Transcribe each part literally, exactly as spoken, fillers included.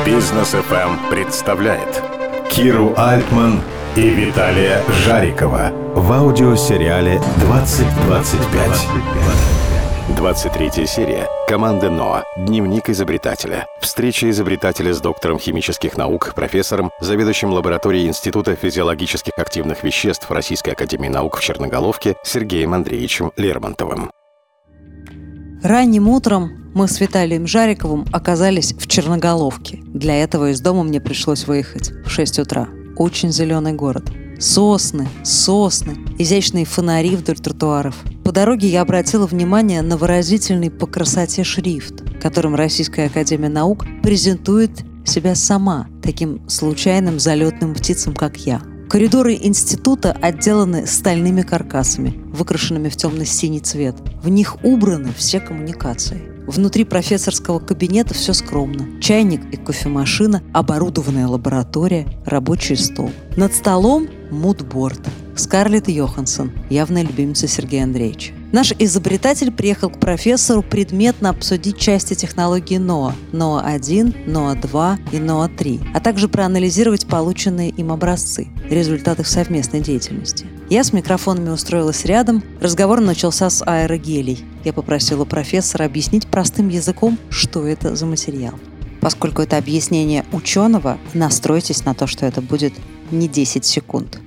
Бизнес эф эм представляет Киру Альтман и Виталия Жарикова в аудиосериале двадцать двадцать пять. двадцать третья серия. Команда ноа. Дневник изобретателя. Встреча изобретателя с доктором химических наук, профессором, заведующим лабораторией Института физиологических активных веществ Российской академии наук в Черноголовке Сергеем Андреевичем Лермонтовым. Ранним утром мы с Виталием Жариковым оказались в Черноголовке. Для этого из дома мне пришлось выехать в шесть утра. Очень зеленый город. Сосны, сосны, изящные фонари вдоль тротуаров. По дороге я обратила внимание на выразительный по красоте шрифт, которым Российская академия наук презентует себя сама, таким случайным залетным птицам, как я. Коридоры института отделаны стальными каркасами, выкрашенными в темно-синий цвет. В них убраны все коммуникации. Внутри профессорского кабинета все скромно. Чайник и кофемашина, оборудованная лаборатория, рабочий стол. Над столом мудборд. Скарлетт Йоханссон, явная любимица Сергея Андреевича. Наш изобретатель приехал к профессору предметно обсудить части технологии ноа. ноа один, ноа два и ноа три, а также проанализировать полученные им образцы, результаты их совместной деятельности. Я с микрофонами устроилась рядом, разговор начался с аэрогелей. Я попросила профессора объяснить простым языком, что это за материал. Поскольку это объяснение ученого, настройтесь на то, что это будет не десять секунд.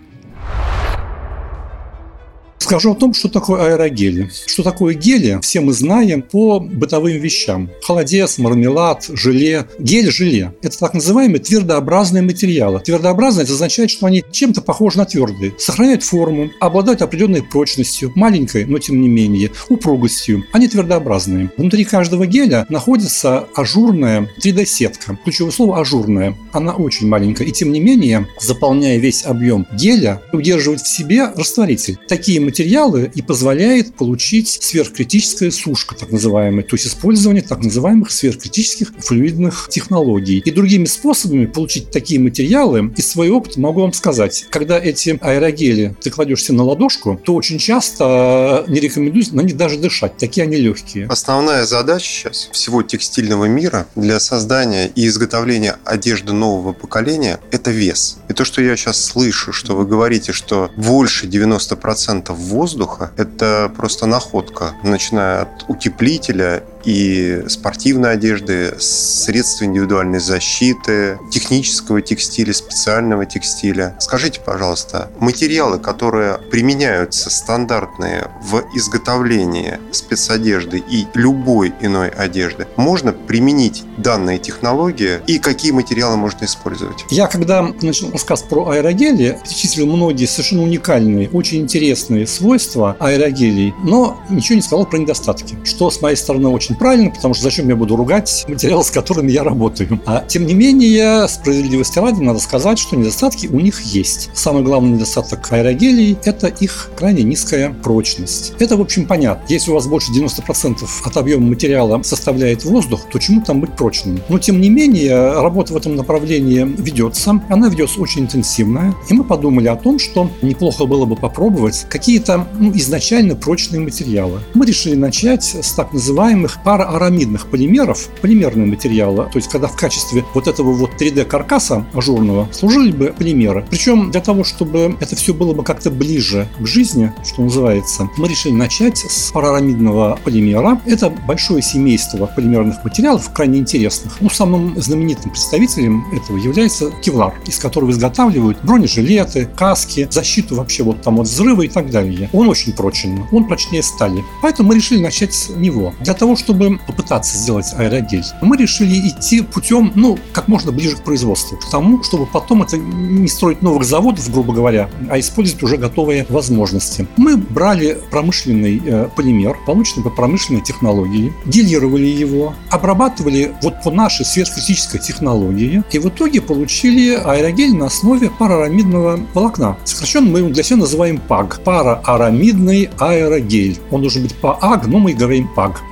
Скажу о том, что такое аэрогели. Что такое гели, все мы знаем по бытовым вещам. Холодец, мармелад, желе. Гель-желе – это так называемые твердообразные материалы. Твердообразные – это означает, что они чем-то похожи на твердые. Сохраняют форму, обладают определенной прочностью, маленькой, но тем не менее, упругостью. Они твердообразные. Внутри каждого геля находится ажурная три дэ-сетка. Ключевое слово – ажурная. Она очень маленькая. И тем не менее, заполняя весь объем геля, удерживает в себе растворитель. Такие материалы материалы и позволяет получить сверхкритическая сушка, так называемая, то есть использование так называемых сверхкритических флюидных технологий. И другими способами получить такие материалы, из своего опыта могу вам сказать, когда эти аэрогели ты кладешь себе на ладошку, то очень часто не рекомендуется на них даже дышать, такие они легкие. Основная задача сейчас всего текстильного мира для создания и изготовления одежды нового поколения – это вес. И то, что я сейчас слышу, что вы говорите, что больше девяносто процентов воздуха – это просто находка, начиная от утеплителя и спортивной одежды, средств индивидуальной защиты, технического текстиля, специального текстиля. Скажите, пожалуйста, материалы, которые применяются стандартные в изготовлении спецодежды и любой иной одежды, можно применить данные технологии и какие материалы можно использовать? Я, когда начал рассказ про аэрогели, перечислил многие совершенно уникальные, очень интересные свойства аэрогелей, но ничего не сказал про недостатки, что с моей стороны очень правильно, потому что зачем я буду ругать материалы, с которыми я работаю. А тем не менее, справедливости ради, надо сказать, что недостатки у них есть. Самый главный недостаток аэрогелей – это их крайне низкая прочность. Это, в общем, понятно. Если у вас больше девяносто процентов от объема материала составляет воздух, то чему там быть прочным? Но, тем не менее, работа в этом направлении ведется. Она ведется очень интенсивно. И мы подумали о том, что неплохо было бы попробовать какие-то ну, изначально прочные материалы. Мы решили начать с так называемых параарамидных полимеров, полимерные материалы, то есть когда в качестве вот этого вот три дэ-каркаса ажурного служили бы полимеры. Причем для того, чтобы это все было бы как-то ближе к жизни, что называется, мы решили начать с параарамидного полимера. Это большое семейство полимерных материалов, крайне интересных. Ну, самым знаменитым представителем этого является кевлар, из которого изготавливают бронежилеты, каски, защиту вообще вот там от взрыва и так далее. Он очень прочен, он прочнее стали. Поэтому мы решили начать с него. Для того, чтобы попытаться сделать аэрогель, мы решили идти путем, ну, как можно ближе к производству, к тому, чтобы потом это не строить новых заводов, грубо говоря, а использовать уже готовые возможности. Мы брали промышленный э, полимер, полученный по промышленной технологии, гелировали его, обрабатывали вот по нашей сверхкритической технологии, и в итоге получили аэрогель на основе параарамидного волокна. Сокращенно мы его для себя называем паг. Параарамидный аэрогель. Он должен быть паг, но мы говорим паг. Оказалось,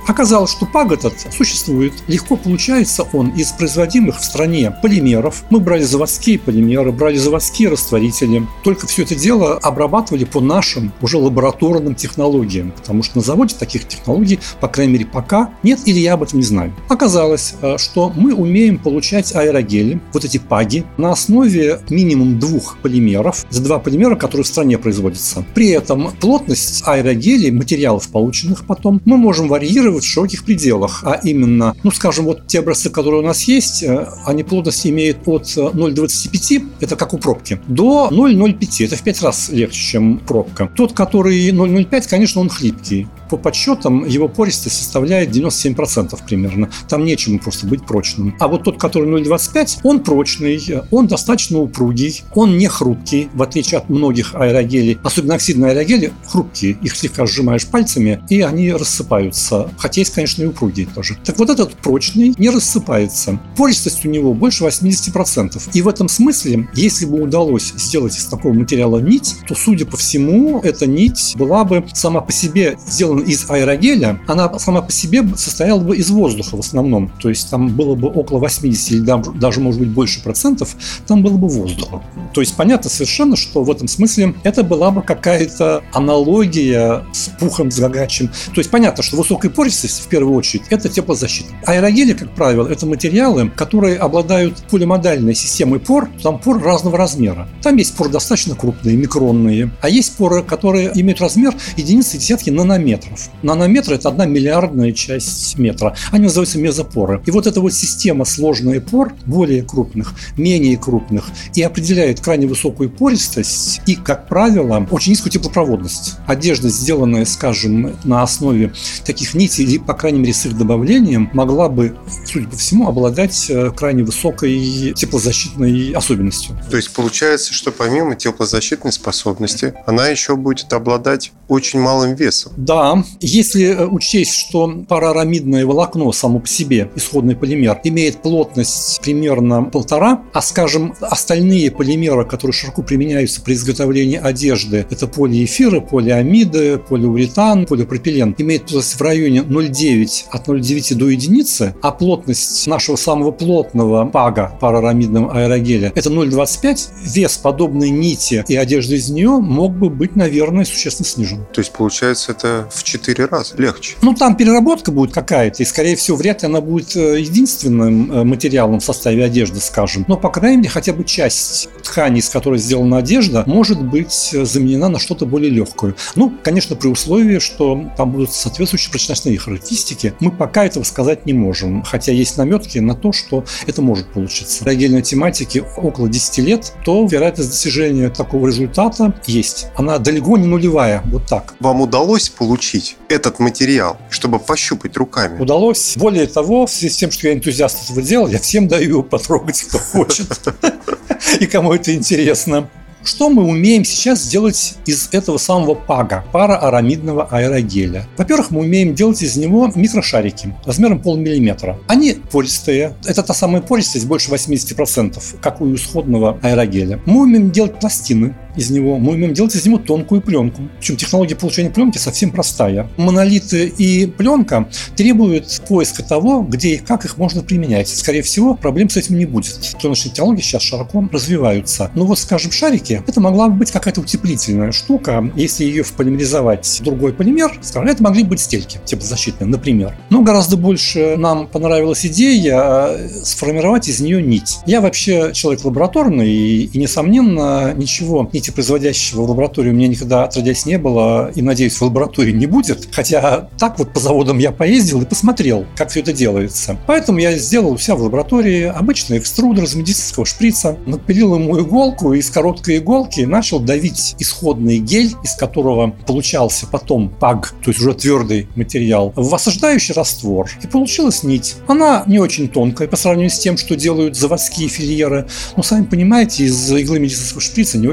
оказалось, что паг этот существует. Легко получается он из производимых в стране полимеров. Мы брали заводские полимеры, брали заводские растворители. Только все это дело обрабатывали по нашим уже лабораторным технологиям. Потому что на заводе таких технологий, по крайней мере, пока нет, или я об этом не знаю. Оказалось, что мы умеем получать аэрогели, вот эти паги, на основе минимум двух полимеров. За два полимера, которые в стране производятся. При этом плотность аэрогелей, материалов, полученных потом, мы можем варьировать в широких пределах. А именно, ну, скажем, вот те образцы, которые у нас есть, они плотность имеют от ноль целых двадцати пяти, это как у пробки, до ноль целых ноль пяти. Это в пять раз легче, чем пробка. Тот, который ноль целых ноль пять, конечно, он хлипкий. По подсчетам его пористость составляет девяносто семь процентов примерно. Там нечему просто быть прочным. А вот тот, который ноль целых двадцать пять, он прочный, он достаточно упругий, он не хрупкий, в отличие от многих аэрогелей. Особенно оксидные аэрогели хрупкие. Их слегка сжимаешь пальцами, и они рассыпаются. Хотя есть, конечно, и упругие тоже. Так вот этот прочный не рассыпается. Пористость у него больше восемьдесят процентов. И в этом смысле, если бы удалось сделать из такого материала нить, то, судя по всему, эта нить была бы сама по себе сделана из аэрогеля, она сама по себе состояла бы из воздуха в основном. То есть там было бы около восемьдесят или даже, может быть, больше процентов, там было бы воздуха. То есть понятно совершенно, что в этом смысле это была бы какая-то аналогия с пухом, с гагачем. То есть понятно, что высокая пористость, в первую очередь, это теплозащита. Аэрогели, как правило, это материалы, которые обладают полимодальной системой пор. Там поры разного размера. Там есть поры достаточно крупные, микронные, а есть поры, которые имеют размер единицы и десятки нанометров. Нанометр – это одна миллиардная часть метра. Они называются мезопоры. И вот эта вот система сложная пор, более крупных, менее крупных, и определяет крайне высокую пористость и, как правило, очень низкую теплопроводность. Одежда, сделанная, скажем, на основе таких нитей, или, по крайней мере, с их добавлением, могла бы, судя по всему, обладать крайне высокой теплозащитной особенностью. То есть получается, что помимо теплозащитной способности, она еще будет обладать очень малым весом. Да, если учесть, что параарамидное волокно само по себе, исходный полимер, имеет плотность примерно полтора, а, скажем, остальные полимеры, которые широко применяются при изготовлении одежды, это полиэфиры, полиамиды, полиуретан, полипропилен, имеют плотность в районе ноль целых девять, от ноль целых девяти до единицы, а плотность нашего самого плотного пага параарамидного аэрогеля это ноль целых двадцать пять, вес подобной нити и одежды из нее мог бы быть, наверное, существенно снижен. То есть, получается, это в четыре раза легче. Ну, там переработка будет какая-то, и, скорее всего, вряд ли она будет единственным материалом в составе одежды, скажем. Но, по крайней мере, хотя бы часть ткани, из которой сделана одежда, может быть заменена на что-то более легкое. Ну, конечно, при условии, что там будут соответствующие прочностные характеристики. Мы пока этого сказать не можем, хотя есть наметки на то, что это может получиться. В аэрогельной тематике около десяти лет, то вероятность достижения такого результата есть. Она далеко не нулевая, вот так. Вам удалось получить этот материал, чтобы пощупать руками? Удалось. Более того, в связи с тем, что я энтузиаст этого дела, я всем даю его потрогать, кто хочет. И кому это интересно. Что мы умеем сейчас сделать из этого самого пага, параарамидного аэрогеля? Во-первых, мы умеем делать из него микрошарики размером полмиллиметра. Они пористые. Это та самая пористость, больше восемьдесят процентов, как у исходного аэрогеля. Мы умеем делать пластины из него. Мы умеем делать из него тонкую пленку. Причем технология получения пленки совсем простая. Монолиты и пленка требуют поиска того, где и как их можно применять. Скорее всего, проблем с этим не будет. Пленочные технологии сейчас широко развиваются. Ну вот, скажем, шарики, это могла бы быть какая-то утеплительная штука. Если ее вполимеризовать в другой полимер, скажем, это могли быть стельки теплозащитные, например. Но гораздо больше нам понравилась идея сформировать из нее нить. Я вообще человек лабораторный, и, и несомненно, ничего нити производящего в лаборатории у меня никогда отродясь не было, и, надеюсь, в лаборатории не будет. Хотя так вот по заводам я поездил и посмотрел, как все это делается. Поэтому я сделал у себя в лаборатории обычный экструдер из медицинского шприца, напилил ему иголку и с короткой иголки начал давить исходный гель, из которого получался потом паг, то есть уже твердый материал, в осаждающий раствор. И получилась нить. Она не очень тонкая по сравнению с тем, что делают заводские фильеры. Но, сами понимаете, из иглы медицинского шприца не очень-то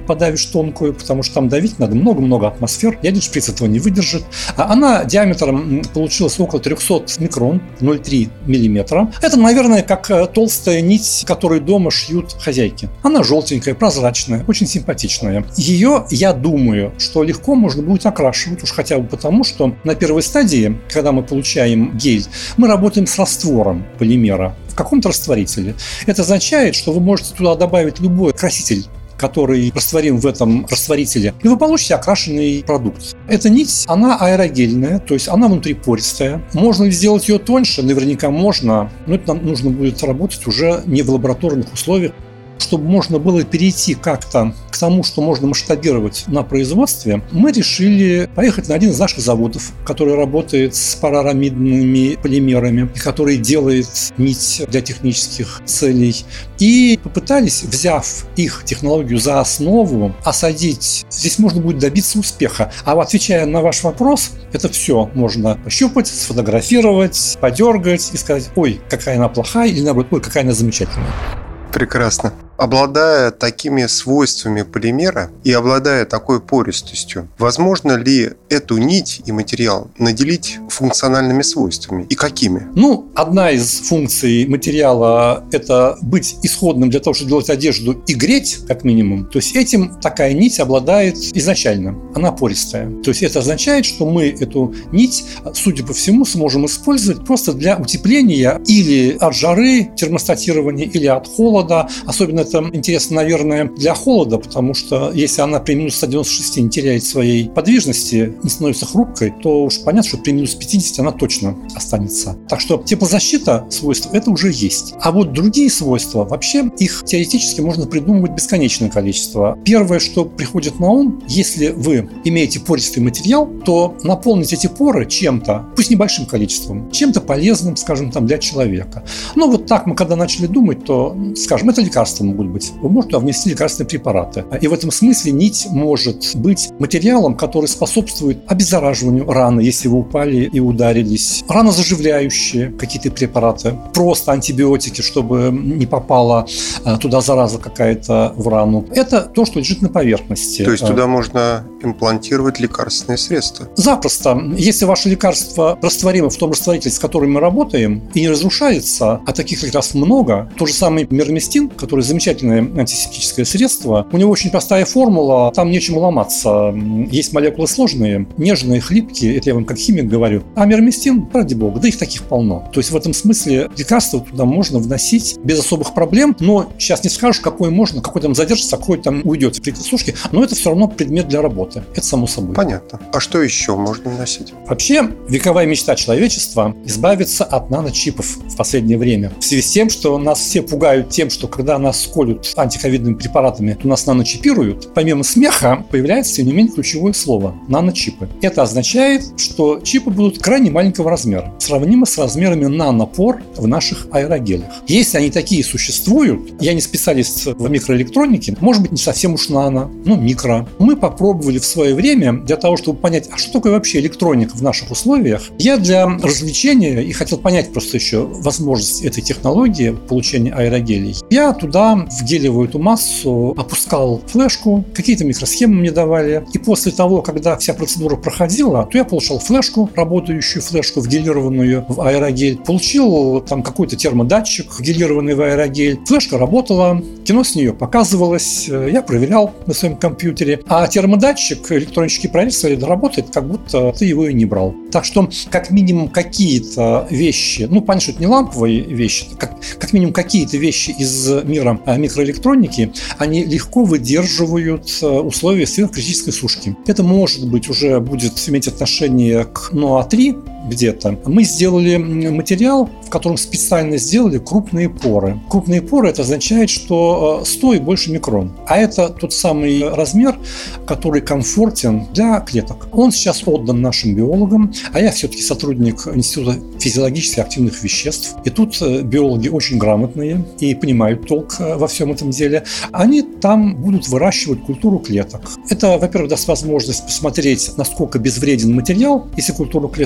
подавишь тонкую, потому что там давить надо много-много атмосфер. Ядерный шприц этого не выдержит. А она диаметром получилась около триста микрон, ноль целых три десятых миллиметра. Это, наверное, как толстая нить, которую дома шьют хозяйки. Она желтенькая, прозрачная, очень симпатичная. Ее, я думаю, что легко можно будет окрашивать, уж хотя бы потому, что на первой стадии, когда мы получаем гель, мы работаем с раствором полимера в каком-то растворителе. Это означает, что вы можете туда добавить любой краситель, который растворим в этом растворителе, и вы получите окрашенный продукт. Эта нить, она аэрогельная, то есть она внутрипористая. Можно ли сделать ее тоньше? Наверняка можно, но это нам нужно будет работать уже не в лабораторных условиях. Чтобы можно было перейти как-то к тому, что можно масштабировать на производстве, мы решили поехать на один из наших заводов, который работает с параарамидными полимерами и который делает нить для технических целей. И попытались, взяв их технологию за основу, осадить. Здесь можно будет добиться успеха. А отвечая на ваш вопрос, это все можно пощупать, сфотографировать, подергать и сказать: ой, какая она плохая, или наоборот, ой, какая она замечательная. Прекрасно. Обладая такими свойствами полимера и обладая такой пористостью, возможно ли эту нить и материал наделить функциональными свойствами? И какими? Ну, одна из функций материала – это быть исходным для того, чтобы делать одежду и греть, как минимум. То есть этим такая нить обладает изначально. Она пористая. То есть это означает, что мы эту нить, судя по всему, сможем использовать просто для утепления или от жары, термостатирования, или от холода. Особенно это интересно, наверное, для холода, потому что если она при минус ста девяноста шести не теряет своей подвижности, не становится хрупкой, то уж понятно, что при минус пятидесяти она точно останется. Так что теплозащита свойств это уже есть. А вот другие свойства, вообще их теоретически можно придумывать бесконечное количество. Первое, что приходит на ум, если вы имеете пористый материал, то наполнить эти поры чем-то, пусть небольшим количеством, чем-то полезным, скажем, там, для человека. Ну вот так мы когда начали думать, то, скажем, это лекарства могут быть. Вы можете туда внести лекарственные препараты. И в этом смысле нить может быть материалом, который способствует обеззараживанию раны, если вы упали и ударились. Ранозаживляющие какие-то препараты. Просто антибиотики, чтобы не попала туда зараза какая-то в рану. Это то, что лежит на поверхности. То есть туда можно имплантировать лекарственные средства? Запросто. Если ваше лекарство растворимо в том растворителе, с которым мы работаем, и не разрушается, а таких лекарств много, то же самое мироместин, который замечательное антисептическое средство, у него очень простая формула, там нечему ломаться. Есть молекулы сложные, нежные, хлипкие, это я вам как химик говорю. А мироместин, ради бога, да их таких полно. То есть в этом смысле лекарства туда можно вносить без особых проблем, но сейчас не скажешь, какой можно, какой там задержится, какой там уйдет при сушке, но это все равно предмет для работы. Это само собой. Понятно. А что еще можно вносить? Вообще, вековая мечта человечества – избавиться от наночипов в последнее время. В связи с тем, что нас все пугают тем, что когда нас сколют антиковидными препаратами, то нас наночипируют, помимо смеха появляется, тем не менее, ключевое слово – наночипы. Это означает, что чипы будут крайне маленького размера, сравнимы с размерами нанопор в наших аэрогелях. Если они такие существуют, я не специалист в микроэлектронике, может быть, не совсем уж нано, но микро. Мы попробовали в свое время для того, чтобы понять, а что такое вообще электроника в наших условиях. Я для развлечения и хотел понять просто еще возможность этой технологии получения аэрогелей. Я туда в гелевую эту массу опускал флешку, какие-то микросхемы мне давали. И после того, когда вся процедура проходила, то я получал флешку, работающую флешку, вгелированную в аэрогель. Получил там какой-то термодатчик, вгелированный в аэрогель. Флешка работала, кино с нее показывалось, я проверял на своем компьютере. А термодатчик, электронический проверитель работает, как будто ты его и не брал. Так что, как минимум, какие-то вещи, ну, понятно, что это не ламповые вещи, как, как минимум, какие-то вещи из мира микроэлектроники, они легко выдерживают условия сверхкритической сушки. Это, может быть, уже будет иметь отношение к ноа три где-то. Мы сделали материал, в котором специально сделали крупные поры. Крупные поры – это означает, что сто и больше микрон. А это тот самый размер, который комфортен для клеток. Он сейчас отдан нашим биологам, а я все-таки сотрудник Института физиологически активных веществ. И тут биологи очень грамотные и понимают толк во всем этом деле. Они там будут выращивать культуру клеток. Это, во-первых, даст возможность посмотреть, насколько безвреден материал, если культура клеток живет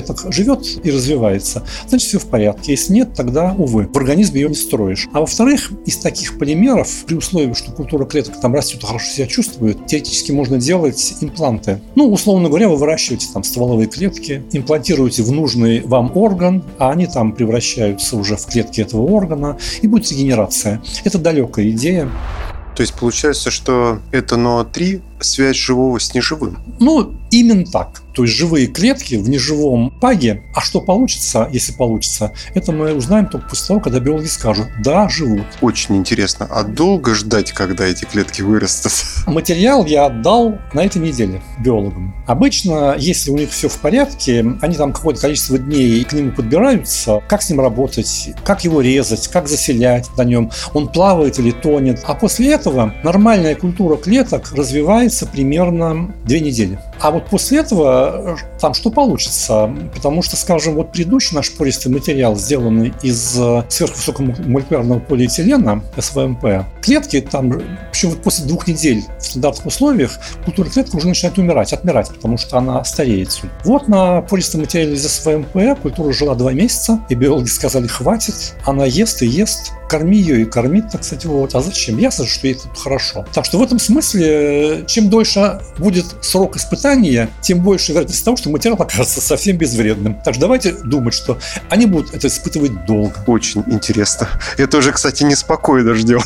растет и развивается, значит, все в порядке. Если нет, тогда, увы, в организме ее не строишь. А во-вторых, из таких полимеров, при условии, что культура клеток там растет и хорошо себя чувствует, теоретически можно делать импланты. Ну, условно говоря, вы выращиваете там стволовые клетки, имплантируете в нужный вам орган, а они там превращаются уже в клетки этого органа, и будет регенерация. Это далекая идея. То есть получается, что это эн о три связь живого с неживым? Ну, именно так. То есть живые клетки в неживом паге. А что получится, если получится, это мы узнаем только после того, когда биологи скажут: да, живут. Очень интересно. А долго ждать, когда эти клетки вырастут? Материал я отдал на этой неделе биологам. Обычно, если у них все в порядке, они там какое-то количество дней к нему подбираются, как с ним работать, как его резать, как заселять на нем, он плавает или тонет. А после этого нормальная культура клеток развивается примерно две недели. А вот после этого там что получится? Потому что, скажем, вот предыдущий наш пористый материал, сделанный из сверхвысокомолекулярного полиэтилена, эс вэ эм пэ, клетки там, причем вот после двух недель в стандартных условиях, культура клеток уже начинает умирать, отмирать, потому что она стареет. Вот на пористом материале из эс вэ эм пэ культура жила два месяца, и биологи сказали: хватит, она ест и ест, корми ее и кормит, так сказать, вот. А зачем? Ясно, что ей тут хорошо. Так что в этом смысле, чем дольше будет срок испытания, тем больше вероятность того, что материал окажется совсем безвредным. Так что давайте думать, что они будут это испытывать долго. Очень интересно. Это уже, кстати, неспокойно ждет.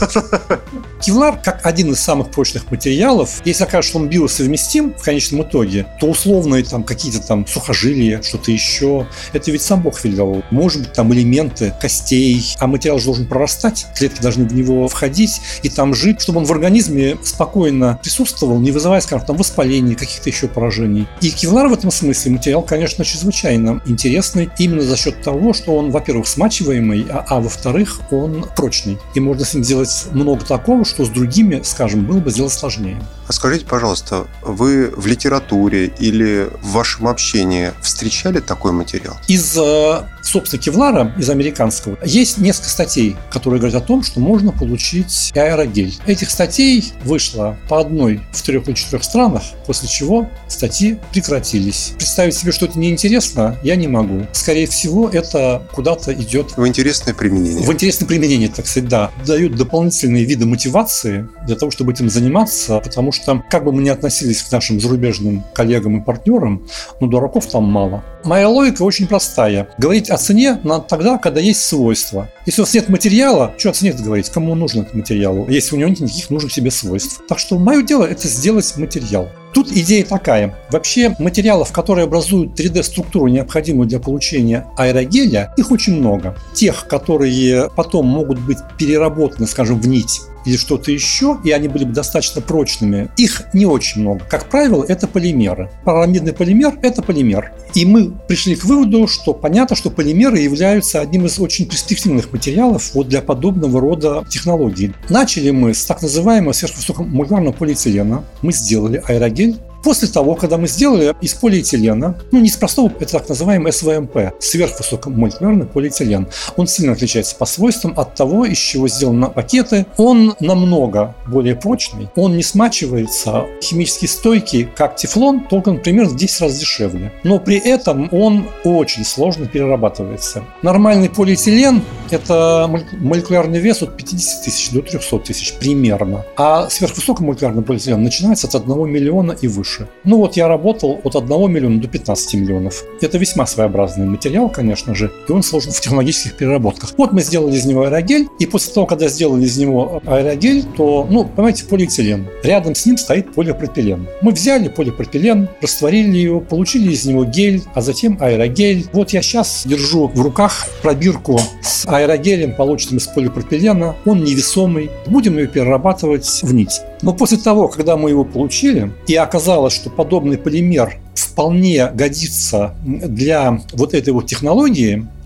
Кевлар, как один из самых прочных материалов, если окажется, что он биосовместим в конечном итоге, то условные там какие-то там сухожилия, что-то еще, это ведь сам Бог велел. Может быть, там элементы костей, а материал же должен прорастать, клетки должны в него входить и там жить, чтобы он в организме спокойно присутствовал, не вызывая, скажем, там воспаления, каких-то еще поражений. И кевлар в этом смысле материал, конечно, чрезвычайно интересный именно за счет того, что он, во-первых, смачиваемый, а, а во-вторых, он прочный. И можно с ним сделать много такого, что с другими, скажем, было бы сделать сложнее. А скажите, пожалуйста, вы в литературе или в вашем общении встречали такой материал? Из, собственно, кевлара, из американского, есть несколько статей, которые говорят о том, что можно получить аэрогель. Этих статей вышло по одной в трех или четырех странах, после чего статьи прекратились. Представить себе, что это неинтересно, я не могу. Скорее всего, это куда-то идет... В интересное применение. В интересное применение, так сказать, да. Дают дополнительные виды мотивации для того, чтобы этим заниматься, потому что, как бы мы ни относились к нашим зарубежным коллегам и партнерам, ну, дураков там мало. Моя логика очень простая. Говорить о цене надо тогда, когда есть свойства. Если у вас нет материала, что о цене говорить? Кому он нужен этот материал, если у него нет никаких нужных себе свойств? Так что мое дело – это сделать материал. Тут идея такая. Вообще материалов, которые образуют три дэ-структуру, необходимую для получения аэрогеля, их очень много. Тех, которые потом могут быть переработаны, скажем, в нить или что-то еще, и они были бы достаточно прочными, их не очень много. Как правило, это полимеры. Параламидный полимер – это полимер. И мы пришли к выводу, что понятно, что полимеры являются одним из очень перспективных материалов вот для подобного рода технологий. Начали мы с так называемого сверхвысокомолекулярного полиэтилена. Мы сделали аэрогель. После того, когда мы сделали из полиэтилена, ну не из простого, это так называемый эс вэ эм пэ, сверхвысокомолекулярный полиэтилен. Он сильно отличается по свойствам от того, из чего сделаны пакеты. Он намного более прочный, он не смачивается, химически стойкий, как тефлон, только, например, в десять раз дешевле. Но при этом он очень сложно перерабатывается. Нормальный полиэтилен – это молекулярный вес от пятидесяти тысяч до трехсот тысяч примерно. А сверхвысокомолекулярный полиэтилен начинается от одного миллиона и выше. Ну вот я работал от одного миллиона до пятнадцати миллионов. Это весьма своеобразный материал, конечно же, и он сложен в технологических переработках. Вот мы сделали из него аэрогель, и после того, когда сделали из него аэрогель, то, ну, понимаете, полиэтилен. Рядом с ним стоит полипропилен. Мы взяли полипропилен, растворили его, получили из него гель, а затем аэрогель. Вот я сейчас держу в руках пробирку с аэрогелем, полученным из полипропилена. Он невесомый. Будем ее перерабатывать в нить. Но после того, когда мы его получили, и оказалось, что подобный полимер вполне годится для вот этой вот технологии,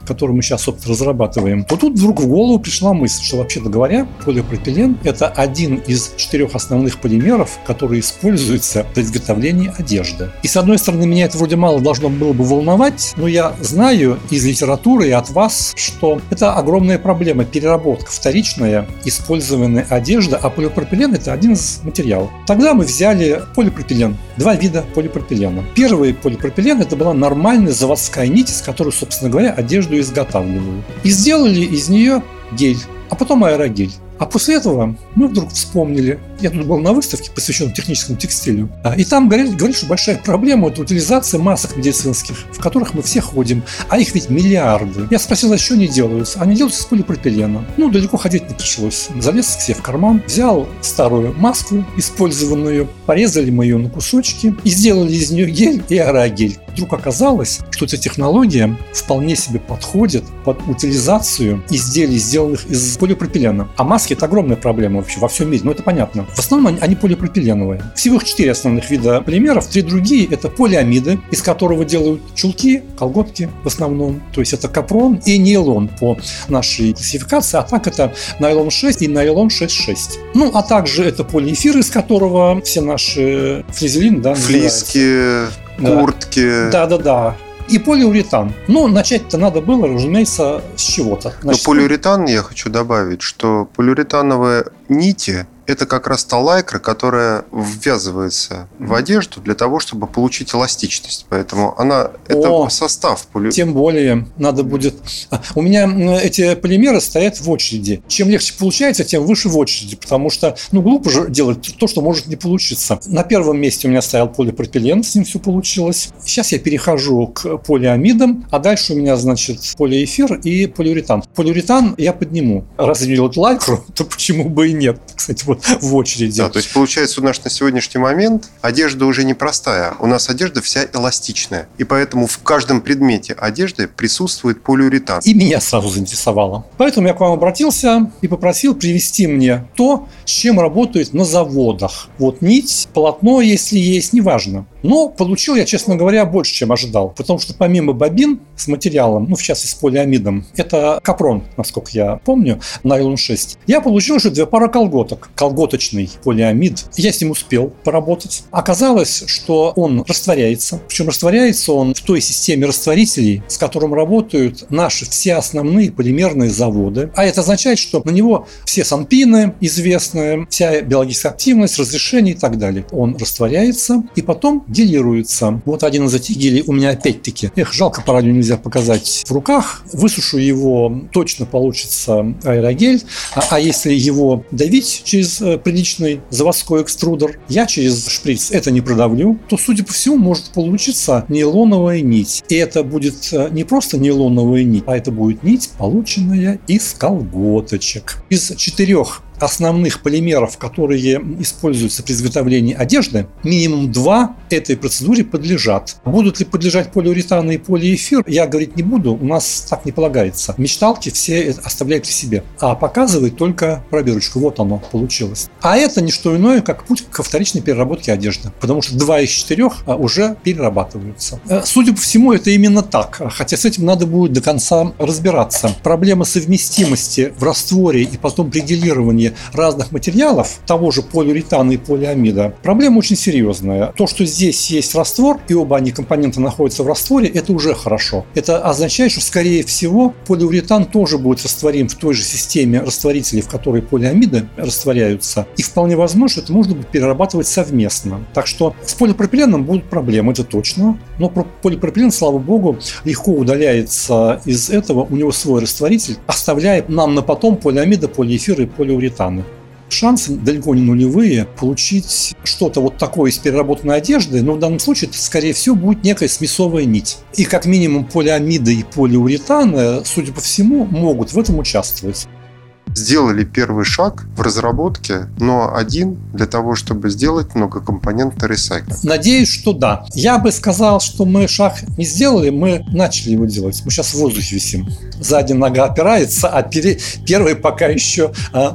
который мы сейчас, собственно, разрабатываем, то тут вдруг в голову пришла мысль, что, вообще-то говоря, полипропилен – это один из четырех основных полимеров, которые используются при изготовлении одежды. И, с одной стороны, меня это вроде мало должно было бы волновать, но я знаю из литературы и от вас, что это огромная проблема – переработка, вторичная, использованная одежда, а полипропилен – это один из материалов. Тогда мы взяли полипропилен, два вида полипропилена. Первый полипропилен – это была нормальная заводская нить, из которой, собственно говоря, одежду изготавливают. И сделали из нее гель, а потом аэрогель. А после этого мы вдруг вспомнили, я тут был на выставке, посвященной техническому текстилю, и там говорили, говорили, что большая проблема – это утилизация масок медицинских, в которых мы все ходим, а их ведь миллиарды. Я спросил, а что они делаются? Они делаются из полипропилена. Ну, далеко ходить не пришлось. Залез к себе в карман, взял старую маску, использованную, порезали мы ее на кусочки и сделали из нее гель и аэрогель. Вдруг оказалось, что эта технология вполне себе подходит под утилизацию изделий, сделанных из полипропилена. А маски – это огромная проблема вообще во всем мире, но это понятно. В основном они, они полипропиленовые. Всего их четыре основных вида полимеров, три другие – это полиамиды, из которого делают чулки, колготки в основном. То есть это капрон и нейлон по нашей классификации, а так это найлон шесть и найлон шесть шесть. Ну, а также это полиэфир, из которого все наши флизелин, да, флиски, куртки. Да-да-да. И полиуретан. Но начать-то надо было, разумеется, с чего-то. Значит, но полиуретан, я хочу добавить, что полиуретановые нити – это как раз та лайкра, которая ввязывается в одежду для того, чтобы получить эластичность. Поэтому она это О, состав полиуретана. Тем более надо будет... У меня эти полимеры стоят в очереди. Чем легче получается, тем выше в очереди. Потому что, ну, глупо же делать то, что может не получиться. На первом месте у меня стоял полипропилен, с ним все получилось. Сейчас я перехожу к полиамидам, а дальше у меня, значит, полиэфир и полиуретан. Полиуретан я подниму. Раз я делаю лайкру, то почему бы и нет? Кстати, вот в очереди. Да, то есть получается у нас на сегодняшний момент одежда уже не простая. У нас одежда вся эластичная. И поэтому в каждом предмете одежды присутствует полиуретан. И меня сразу заинтересовало. Поэтому я к вам обратился и попросил привести мне то, с чем работают на заводах. Вот нить, полотно, если есть, неважно. Но получил я, честно говоря, больше, чем ожидал. Потому что помимо бобин с материалом, ну, в частности, с полиамидом, это капрон, насколько я помню, найлон шесть, я получил еще две пары колготок. Колготочный полиамид. Я с ним успел поработать. Оказалось, что он растворяется. Причем растворяется он в той системе растворителей, с которым работают наши все основные полимерные заводы. А это означает, что на него все санпины известные, вся биологическая активность, разрешение и так далее. Он растворяется и потом гелируется. Вот один из этих гелей у меня опять-таки. Эх, жалко, по радио нельзя показать в руках. Высушу его, точно получится аэрогель. А, а если его давить через приличный заводской экструдер, я через шприц это не продавлю, то, судя по всему, может получиться нейлоновая нить. И это будет не просто нейлоновая нить, а это будет нить, полученная из колготочек. Из четырех основных полимеров, которые используются при изготовлении одежды, минимум два этой процедуре подлежат. Будут ли подлежать полиуретан и полиэфир, я говорить не буду, у нас так не полагается. Мечталки все оставляют при себе, а показывает только пробирочку. Вот оно получилось. А это не что иное, как путь ко вторичной переработке одежды, потому что два из четырех уже перерабатываются. Судя по всему, это именно так, хотя с этим надо будет до конца разбираться. Проблема совместимости в растворе и потом при гелировании разных материалов, того же полиуретана и полиамида, проблема очень серьезная. То, что здесь есть раствор, и оба они компоненты находятся в растворе, это уже хорошо. Это означает, что, скорее всего, полиуретан тоже будет растворим в той же системе растворителей, в которой полиамиды растворяются. И вполне возможно, что это можно будет перерабатывать совместно. Так что с полипропиленом будут проблемы, это точно. Но полипропилен, слава богу, легко удаляется из этого. У него свой растворитель, оставляя нам на потом полиамиды, полиэфиры и полиуретан. Шансы далеко не нулевые получить что-то вот такое из переработанной одежды, но в данном случае это, скорее всего, будет некая смесовая нить. И как минимум полиамиды и полиуретаны, судя по всему, могут в этом участвовать. Сделали первый шаг в разработке, но один для того, чтобы сделать многокомпонентный ресайкл. Надеюсь, что да. Я бы сказал, что мы шаг не сделали, мы начали его делать. Мы сейчас в воздухе висим. Задняя нога опирается, а пере... первая пока еще...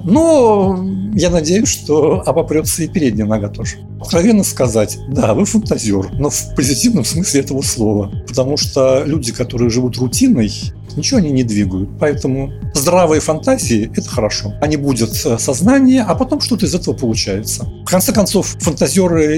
Но я надеюсь, что обопрется и передняя нога тоже. Откровенно сказать, да, вы фантазер, но в позитивном смысле этого слова. Потому что люди, которые живут рутиной, Ничего они не двигают. Поэтому здравые фантазии – это хорошо. Они будут сознание, а потом что-то из этого получается. В конце концов, фантазеры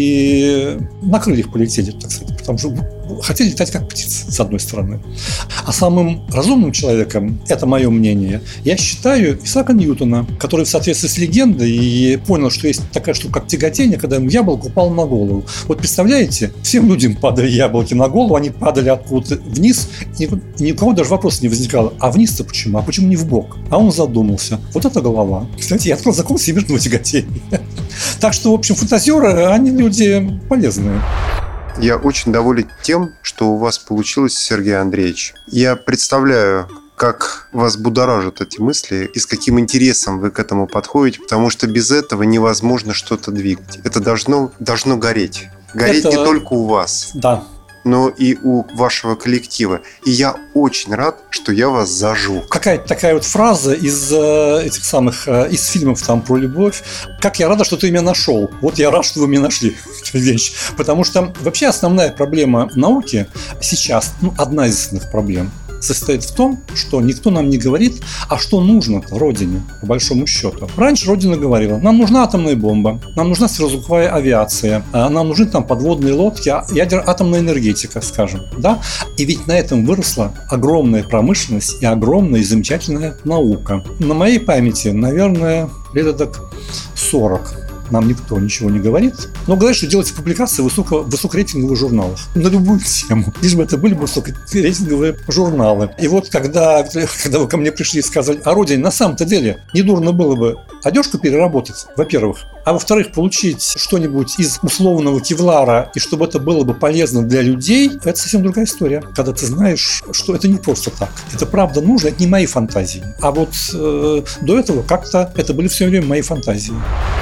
и на крыльях полетели, так сказать, потому что хотели летать как птицы, с одной стороны. А самым разумным человеком, это мое мнение, я считаю Исаака Ньютона, который в соответствии с легендой и понял, что есть такая штука, как тяготение, когда ему яблоко упало на голову. Вот представляете, всем людям падали яблоки на голову, они падали откуда-то вниз, и ни у кого даже вопроса не возникало, а вниз-то почему? А почему не в бок? А он задумался. Вот это голова. Кстати, я открыл закон всемирного тяготения. Так что, в общем, фантазеры, они люди полезные. Я очень доволен тем, что у вас получилось, Сергей Андреевич. Я представляю, как вас будоражат эти мысли и с каким интересом вы к этому подходите, потому что без этого невозможно что-то двигать. Это должно, должно гореть. Гореть это... не только у вас. Да. Но и у вашего коллектива. И я очень рад, что я вас зажег. Какая-то такая вот фраза из э, этих самых, э, из фильмов там про любовь. Как я рада, что ты меня нашел. Вот я рад, что вы меня нашли. Вещь. Потому что вообще основная проблема науки сейчас, ну, одна из основных проблем, состоит в том, что никто нам не говорит, а что нужно Родине, по большому счету. Раньше Родина говорила, нам нужна атомная бомба, нам нужна сверхзвуковая авиация, нам нужны там подводные лодки, ядер, атомная энергетика, скажем. Да? И ведь на этом выросла огромная промышленность и огромная и замечательная наука. На моей памяти, наверное, лет так сорок. Нам никто ничего не говорит. Но говорят, что делайте публикации в высоко, высокорейтинговых журналах. На любую тему. Лишь бы это были высокорейтинговые журналы. И вот когда, когда вы ко мне пришли и сказали, о Родине, на самом-то деле недурно было бы одежку переработать, во-первых. А во-вторых, получить что-нибудь из условного кевлара, и чтобы это было бы полезно для людей, это совсем другая история. Когда ты знаешь, что это не просто так. Это правда нужно, это не мои фантазии. А вот э, до этого как-то это были все время мои фантазии.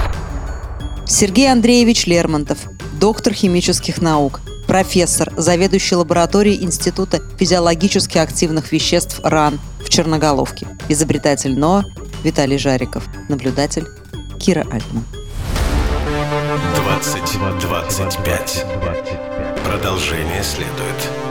Сергей Андреевич Лермонтов, доктор химических наук, профессор, заведующий лабораторией Института физиологически активных веществ РАН в Черноголовке, изобретатель НОА Виталий Жариков, наблюдатель Кира Альтман. двадцать двадцать пять. Продолжение следует.